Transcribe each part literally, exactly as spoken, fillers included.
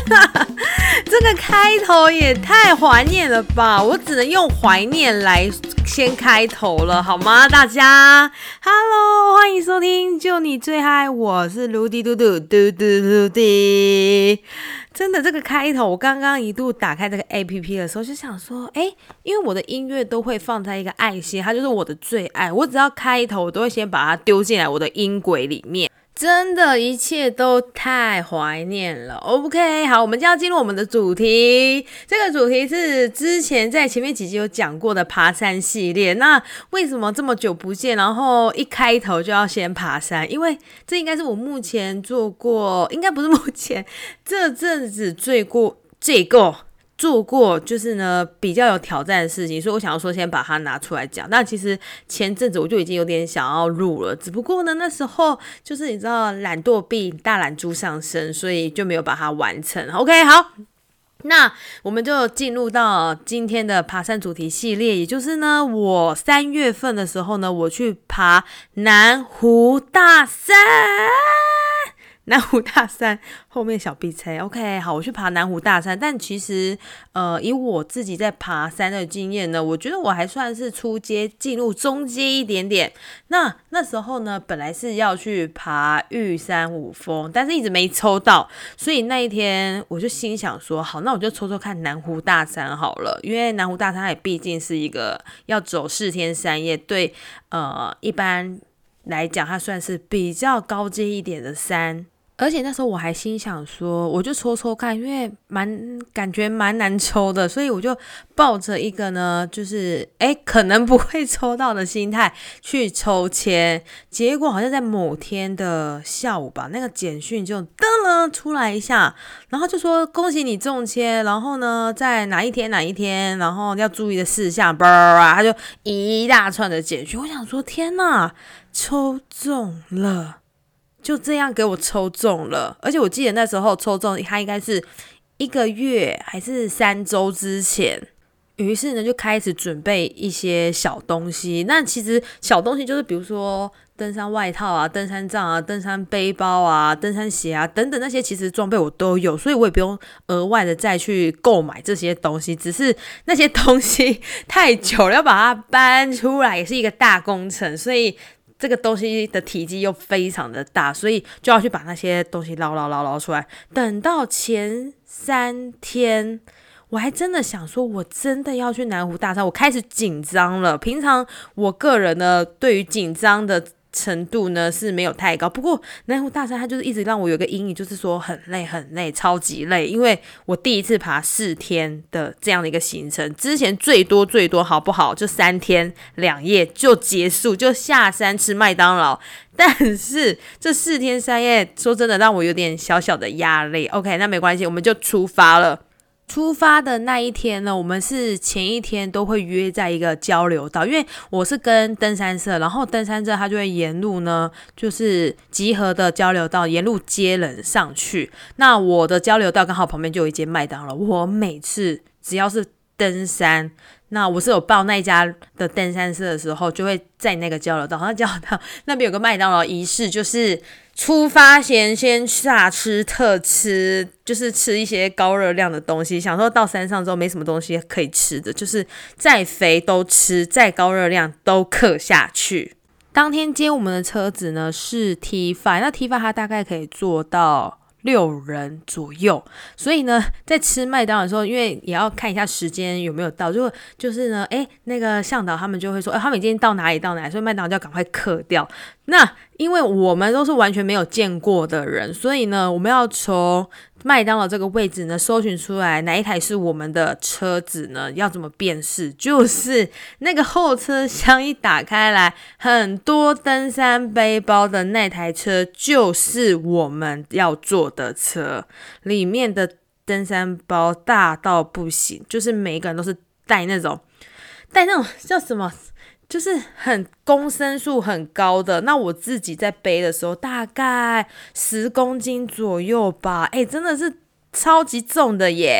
这个开头也太怀念了吧，我只能用怀念来先开头了好吗？大家 Hello， 欢迎收听就你最嗨，我是卢迪嘟嘟嘟嘟嘟迪。真的这个开头，我刚刚一度打开这个 A P P 的时候就想说，哎，因为我的音乐都会放在一个爱心，它就是我的最爱，我只要开头我都会先把它丢进来我的音轨里面。真的，一切都太怀念了。OK， 好，我们就要进入我们的主题。这个主题是之前在前面几集有讲过的爬山系列。那为什么这么久不见，然后一开头就要先爬山？因为这应该是我目前做过，应该不是目前，这阵子最过最过。做过就是呢比较有挑战的事情，所以我想要说先把它拿出来讲。那其实前阵子我就已经有点想要录了，只不过呢那时候就是你知道懒惰病大懒猪上身，所以就没有把它完成。 OK， 好，那我们就进入到今天的爬山主题系列，也就是呢我三月份的时候呢我去爬南湖大山。南湖大山后面小 B 车 OK， 好，我去爬南湖大山。但其实呃，以我自己在爬山的经验呢，我觉得我还算是初阶进入中阶一点点。那那时候呢本来是要去爬玉山五峰，但是一直没抽到，所以那一天我就心想说，好，那我就抽抽看南湖大山好了。因为南湖大山也毕竟是一个要走四天三夜，对呃一般来讲它算是比较高阶一点的山。而且那时候我还心想说，我就抽抽看，因为蛮感觉蛮难抽的，所以我就抱着一个呢，就是哎可能不会抽到的心态去抽签。结果好像在某天的下午吧，那个简讯就噔了出来一下，然后就说恭喜你中签，然后呢在哪一天哪一天，然后要注意的事项，叭叭叭，他就一大串的简讯。我想说天哪，抽中了！就这样给我抽中了，而且我记得那时候抽中它应该是一个月还是三周之前。于是呢就开始准备一些小东西。那其实小东西就是比如说登山外套啊、登山杖啊、登山背包啊、登山鞋啊等等，那些其实装备我都有，所以我也不用额外的再去购买这些东西。只是那些东西太久了，要把它搬出来也是一个大工程，所以这个东西的体积又非常的大，所以就要去把那些东西捞捞捞捞出来。等到前三天，我还真的想说，我真的要去南湖大山，我开始紧张了。平常我个人呢，对于紧张的程度呢是没有太高，不过南湖大山它就是一直让我有个阴影，就是说很累很累，超级累。因为我第一次爬四天的这样的一个行程，之前最多最多好不好就三天两夜就结束，就下山吃麦当劳。但是这四天三夜说真的让我有点小小的压力。 OK， 那没关系，我们就出发了。出发的那一天呢，我们是前一天都会约在一个交流道，因为我是跟登山社，然后登山社他就会沿路呢就是集合的交流道沿路接人上去。那我的交流道刚好旁边就有一间麦当劳，我每次只要是登山，那我是有报那一家的登山社的时候，就会在那个交流道，那交流道那边有个麦当劳仪式，就是出发前先大吃特吃，就是吃一些高热量的东西，想说到山上之后没什么东西可以吃的，就是再肥都吃，再高热量都嗑下去。当天接我们的车子呢是 T 五， 那 T 五 它大概可以坐到六人左右，所以呢在吃麦当劳的时候，因为也要看一下时间有没有到，就就是呢诶那个向导他们就会说、欸、他们已经到哪里到哪里，所以麦当劳就要赶快嗑掉。那因为我们都是完全没有见过的人，所以呢我们要从麦当劳这个位置呢搜寻出来哪一台是我们的车子呢，要怎么辨识？就是那个后车厢一打开来，很多登山背包的那台车就是我们要坐的车，里面的登山包大到不行，就是每一个人都是带那种带那种叫什么，就是很公升数很高的。那我自己在背的时候大概十公斤左右吧，哎，真的是超级重的耶。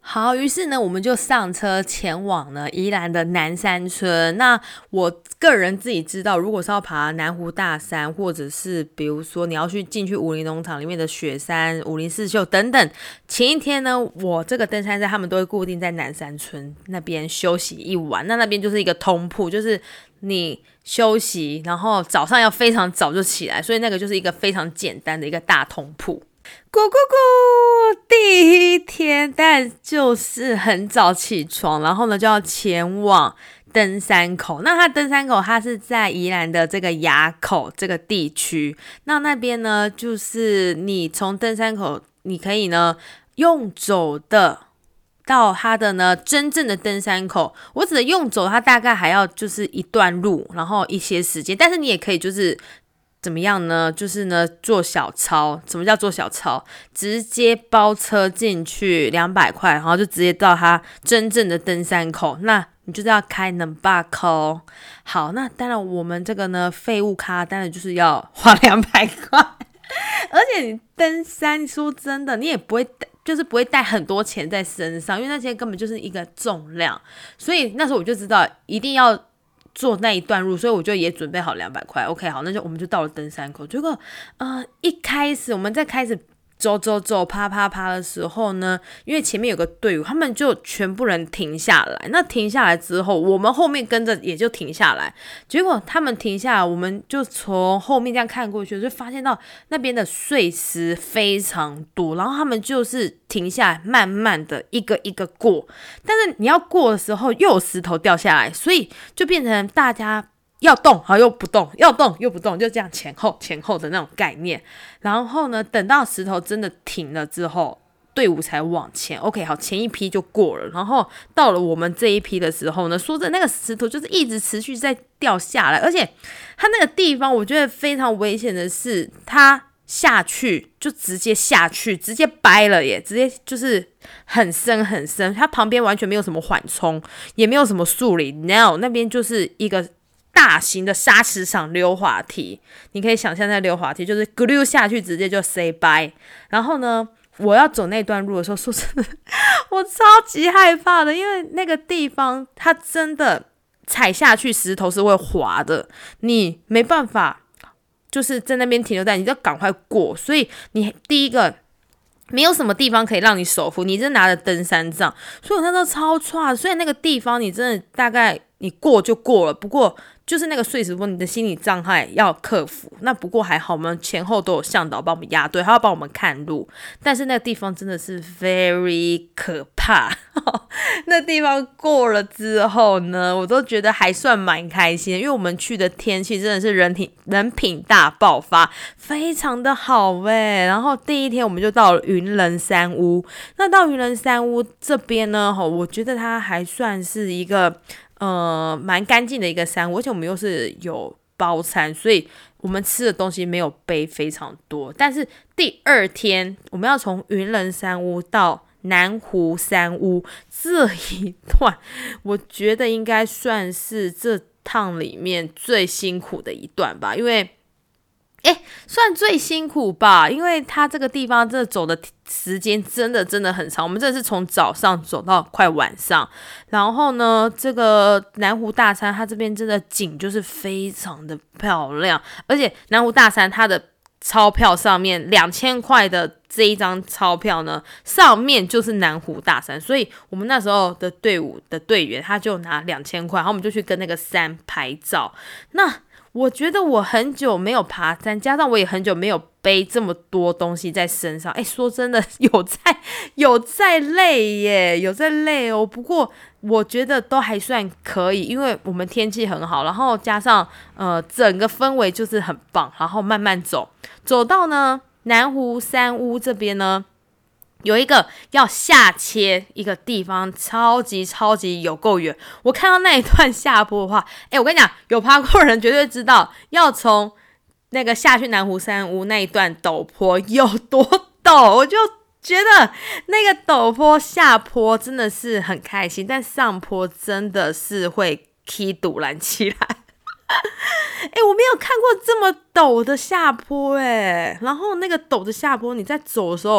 好，于是呢，我们就上车前往呢宜兰的南山村。那我个人自己知道，如果是要爬南湖大山，或者是比如说你要去进去武林农场里面的雪山、武林四秀等等，前一天呢，我这个登山社他们都会固定在南山村那边休息一晚。那那边就是一个通铺，就是你休息，然后早上要非常早就起来，所以那个就是一个非常简单的一个大通铺。咕咕咕！第一天，但就是很早起床，然后呢就要前往登山口。那它登山口，它是在宜兰的这个垭口这个地区。那那边呢，就是你从登山口，你可以呢用走的到它的呢真正的登山口。我指的用走，它大概还要就是一段路，然后一些时间，但是你也可以就是。怎么样呢？就是呢，做小抄。什么叫做小抄？直接包车进去两百块，然后就直接到他真正的登山口。那你就是要开能把口。好，那当然我们这个呢，废物咖当然就是要花两百块。而且你登山，说真的，你也不会就是不会带很多钱在身上，因为那些根本就是一个重量。所以那时候我就知道一定要。做那一段路，所以我就也准备好两百块。OK， 好，那就我们就到了登山口。结果，呃，一开始我们在开始走走走、爬爬爬的时候呢，因为前面有个队伍，他们就全部人停下来。那停下来之后，我们后面跟着也就停下来。结果他们停下来，我们就从后面这样看过去，就发现到那边的碎石非常多，然后他们就是停下来，慢慢的一个一个过。但是你要过的时候，又有石头掉下来，所以就变成大家。要动好又不动，要动又不动，就这样前后前后的那种概念。然后呢，等到石头真的停了之后，队伍才往前。OK， 好，前一批就过了。然后到了我们这一批的时候呢，说着那个石头就是一直持续在掉下来，而且它那个地方我觉得非常危险的是，它下去就直接下去，直接掰了耶，直接就是很深很深。它旁边完全没有什么缓冲，也没有什么树林 ，no， 那边就是一个。大型的砂石场溜滑梯，你可以想象那溜滑梯就是咕溜下去，直接就 say bye。然后呢，我要走那段路的时候，说真的，我超级害怕的，因为那个地方它真的踩下去石头是会滑的，你没办法就是在那边停留在，你就要赶快过。所以你第一个。没有什么地方可以让你手扶，你真拿着登山杖，所以我那时候超差。所以那个地方你真的大概你过就过了，不过就是那个碎石坡，你的心理障碍要克服。那不过还好，我们前后都有向导帮我们压队，他要帮我们看路。但是那个地方真的是 very 可怕。那地方过了之后呢，我都觉得还算蛮开心的，因为我们去的天气真的是人品人品大爆发，非常的好欸。然后第一天我们就到了云人山屋。那到云人山屋这边呢，我觉得它还算是一个呃蛮干净的一个山屋，而且我们又是有包餐，所以我们吃的东西没有背非常多。但是第二天我们要从云人山屋到南湖山屋这一段，我觉得应该算是这趟里面最辛苦的一段吧，因为诶，算最辛苦吧，因为它这个地方真的走的时间真的真的很长，我们真的是从早上走到快晚上。然后呢，这个南湖大山它这边真的景就是非常的漂亮，而且南湖大山它的钞票上面两千块的这一张钞票呢，上面就是南湖大山，所以我们那时候的队伍的队员他就拿两千块，然后我们就去跟那个山拍照。那我觉得我很久没有爬山，加上我也很久没有背这么多东西在身上，哎，说真的有在有在累耶，有在累哦。不过我觉得都还算可以，因为我们天气很好，然后加上呃整个氛围就是很棒，然后慢慢走，走到呢南湖山屋这边呢。有一个要下切一个地方，超级超级有够远。我看到那一段下坡的话，哎，我跟你讲，有爬过的人绝对知道，要从那个下去南湖山屋那一段陡坡有多陡。我就觉得那个陡坡下坡真的是很开心，但上坡真的是会起堵拦起来。哎，我没有看过这么陡的下坡哎，然后那个陡的下坡，你在走的时候。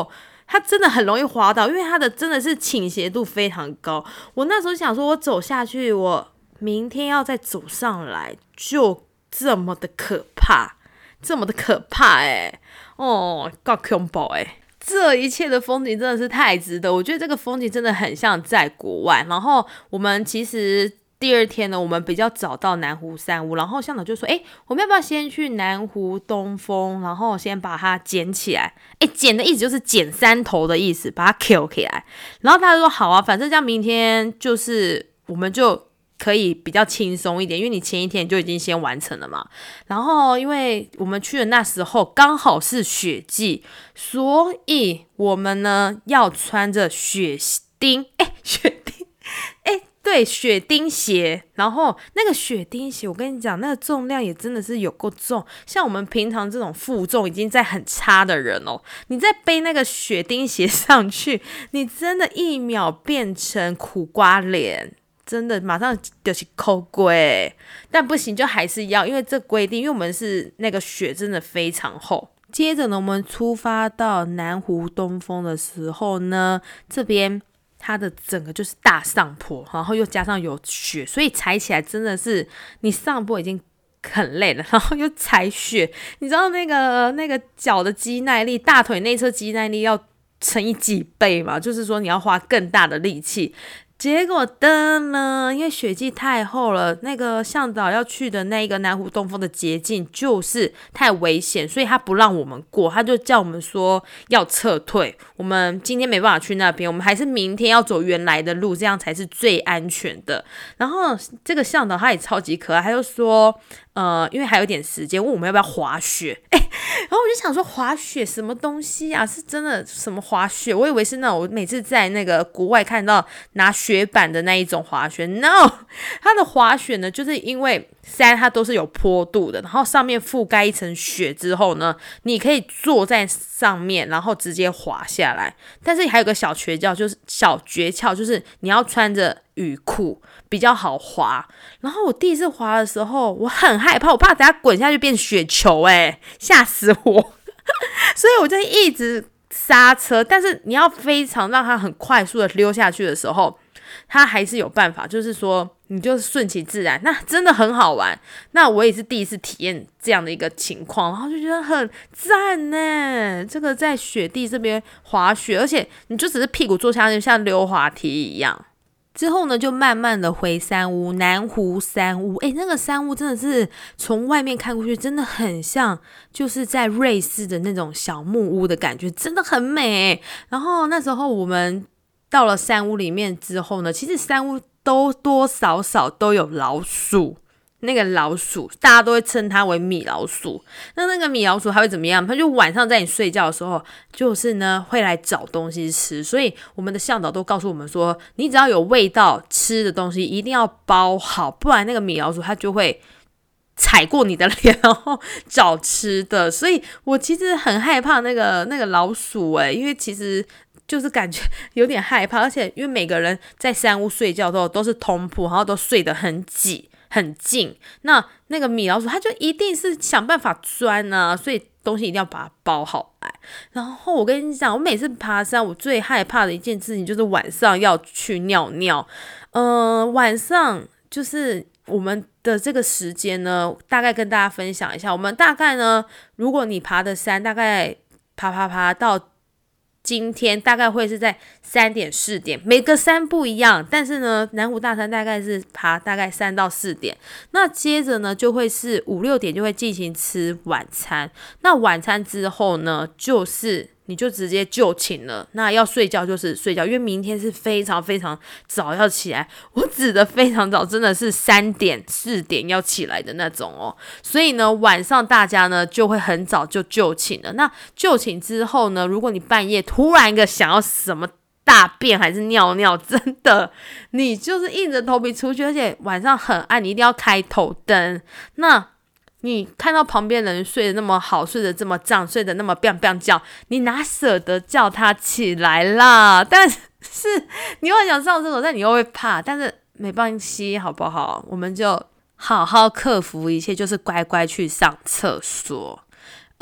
它真的很容易滑倒，因为它的真的是倾斜度非常高。我那时候想说，我走下去，我明天要再走上来，就这么的可怕，这么的可怕哎、欸，哦，够恐怖哎！这一切的风景真的是太值得，我觉得这个风景真的很像在国外。然后我们其实第二天呢，我们比较早到南湖山屋，然后向导就说：“哎，我们要不要先去南湖东峰，然后先把它捡起来？哎，捡的意思就是捡山头的意思，把它 kill 起来。”然后他就说：“好啊，反正这样明天就是我们就可以比较轻松一点，因为你前一天就已经先完成了嘛。然后因为我们去的那时候刚好是雪季，所以我们呢要穿着雪钉，哎，雪钉，哎。”对，雪钉鞋，然后那个雪钉鞋，我跟你讲，那个重量也真的是有够重。像我们平常这种负重已经在很差的人哦，你再背那个雪钉鞋上去，你真的一秒变成苦瓜脸，真的马上就是扣龟。但不行，就还是要，因为这规定，因为我们是那个雪真的非常厚。接着呢，我们出发到南湖东峰的时候呢，这边它的整个就是大上坡，然后又加上有雪，所以踩起来真的是你上坡已经很累了，然后又踩雪，你知道那个那个脚的肌耐力，大腿内侧肌耐力要乘以几倍嘛？就是说你要花更大的力气。结果的呢，因为雪季太厚了，那个向导要去的那个南湖东峰的捷径就是太危险，所以他不让我们过，他就叫我们说要撤退，我们今天没办法去那边，我们还是明天要走原来的路，这样才是最安全的。然后这个向导他也超级可爱，他就说呃，因为还有点时间，问我们要不要滑雪，哎，然后我就想说滑雪什么东西啊？是真的什么滑雪？我以为是那种我每次在那个国外看到拿雪板的那一种滑雪 ，no， 它的滑雪呢，就是因为山它都是有坡度的，然后上面覆盖一层雪之后呢，你可以坐在上面，然后直接滑下来。但是还有个小诀窍，就是小诀窍，就是你要穿着雨裤比较好滑。然后我第一次滑的时候，我很害怕，我怕等下滚下去变雪球、欸，哎，吓死我！所以我就一直刹车，但是你要非常让它很快速的溜下去的时候，它还是有办法，就是说你就顺其自然，那真的很好玩。那我也是第一次体验这样的一个情况，然后就觉得很赞呢。这个在雪地这边滑雪，而且你就只是屁股坐下去，像溜滑梯一样。之后呢，就慢慢的回山屋，南湖山屋。诶，那个山屋真的是从外面看过去，真的很像就是在瑞士的那种小木屋的感觉，真的很美。然后那时候我们到了山屋里面之后呢，其实山屋都多少少都有老鼠。那个老鼠大家都会称它为米老鼠，那那个米老鼠它会怎么样？它就晚上在你睡觉的时候，就是呢会来找东西吃，所以我们的向导都告诉我们说，你只要有味道吃的东西一定要包好，不然那个米老鼠它就会踩过你的脸，然后找吃的。所以我其实很害怕那个那个老鼠诶、欸，因为其实就是感觉有点害怕，而且因为每个人在山屋睡觉的时候都是通铺，然后都睡得很挤很近，那那个米老鼠它就一定是想办法钻啊，所以东西一定要把它包好来。然后我跟你讲，我每次爬山我最害怕的一件事情就是晚上要去尿尿。呃，晚上就是我们的这个时间呢，大概跟大家分享一下，我们大概呢，如果你爬的山大概爬爬爬到今天大概会是在三点四点，每个山不一样，但是呢南湖大山大概是爬大概三到四点，那接着呢就会是五六点就会进行吃晚餐，那晚餐之后呢就是你就直接就寝了，那要睡觉就是睡觉，因为明天是非常非常早要起来，我指的非常早真的是三点四点要起来的那种哦，所以呢晚上大家呢就会很早就就寝了，那就寝之后呢，如果你半夜突然一个想要什么大便还是尿尿，真的你就是硬着头皮出去，而且晚上很暗，你一定要开头灯，那你看到旁边人睡得那么好，睡得这么胀，睡得那么 biang biang 叫，你哪舍得叫他起来啦？但是你又很想上厕所，但你又会怕，但是没关系，好不好？我们就好好克服一切，就是乖乖去上厕所。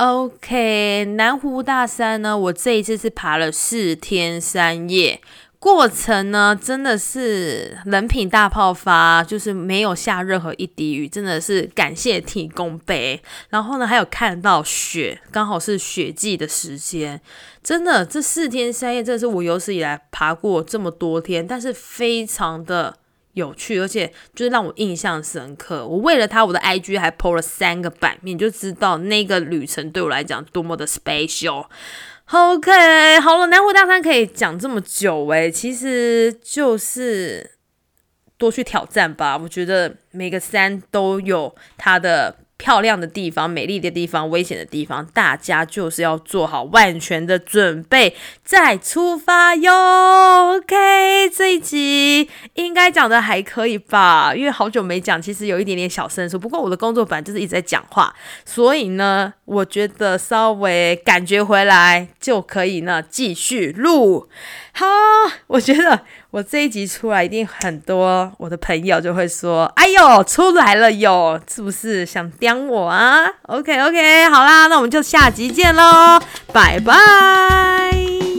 OK， 南湖大山呢，我这一次是爬了四天三夜，过程呢真的是人品大爆发，就是没有下任何一滴雨，真的是感谢天公伯。然后呢，还有看到雪，刚好是雪季的时间，真的这四天三夜真的是我有史以来爬过这么多天，但是非常的有趣，而且就是让我印象深刻。我为了它，我的 I G 还 po 了三个版面，就知道那个旅程对我来讲多么的 special。OK， 好了，南湖大山可以讲这么久诶，其实就是多去挑战吧。我觉得每个山都有它的漂亮的地方、美丽的地方、危险的地方，大家就是要做好万全的准备再出发哟。OK， 这一集应该讲的还可以吧，因为好久没讲，其实有一点点小生疏。不过我的工作本来就是一直在讲话，所以呢，我觉得稍微感觉回来就可以呢继续录。好，我觉得我这一集出来，一定很多我的朋友就会说：“哎呦，出来了哟，是不是想刁我啊 ？”OK OK， 好啦，那我们就下集见喽，拜拜。